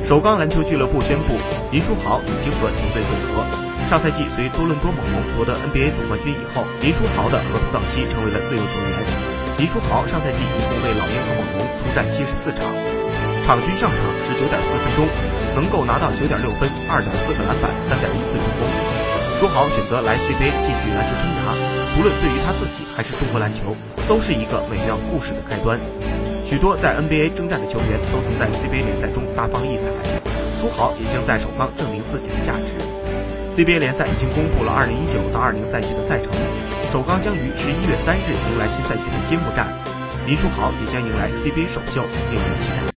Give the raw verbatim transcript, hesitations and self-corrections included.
首钢篮球俱乐部宣布，林书豪已经和球队会合。上赛季随多伦多猛龙夺得 N B A 总冠军以后，林书豪的合同到期，成为了自由球员。林书豪上赛季一共为老鹰和猛龙出战七十四场，场均上场十九点四分钟，能够拿到九点六分、二点四个篮板、三点一次助攻。书豪选择来 C B A 继续篮球生涯，无论对于他自己还是中国篮球，都是一个美妙故事的开端。许多在 N B A 征战的球员都曾在 C B A 联赛中大放异彩，书豪也将在首钢证明自己的价值。C B A 联赛已经公布了二零一九到二零赛季的赛程，首钢将于十一月三日迎来新赛季的揭幕战，林书豪也将迎来 C B A 首秀，令人期待。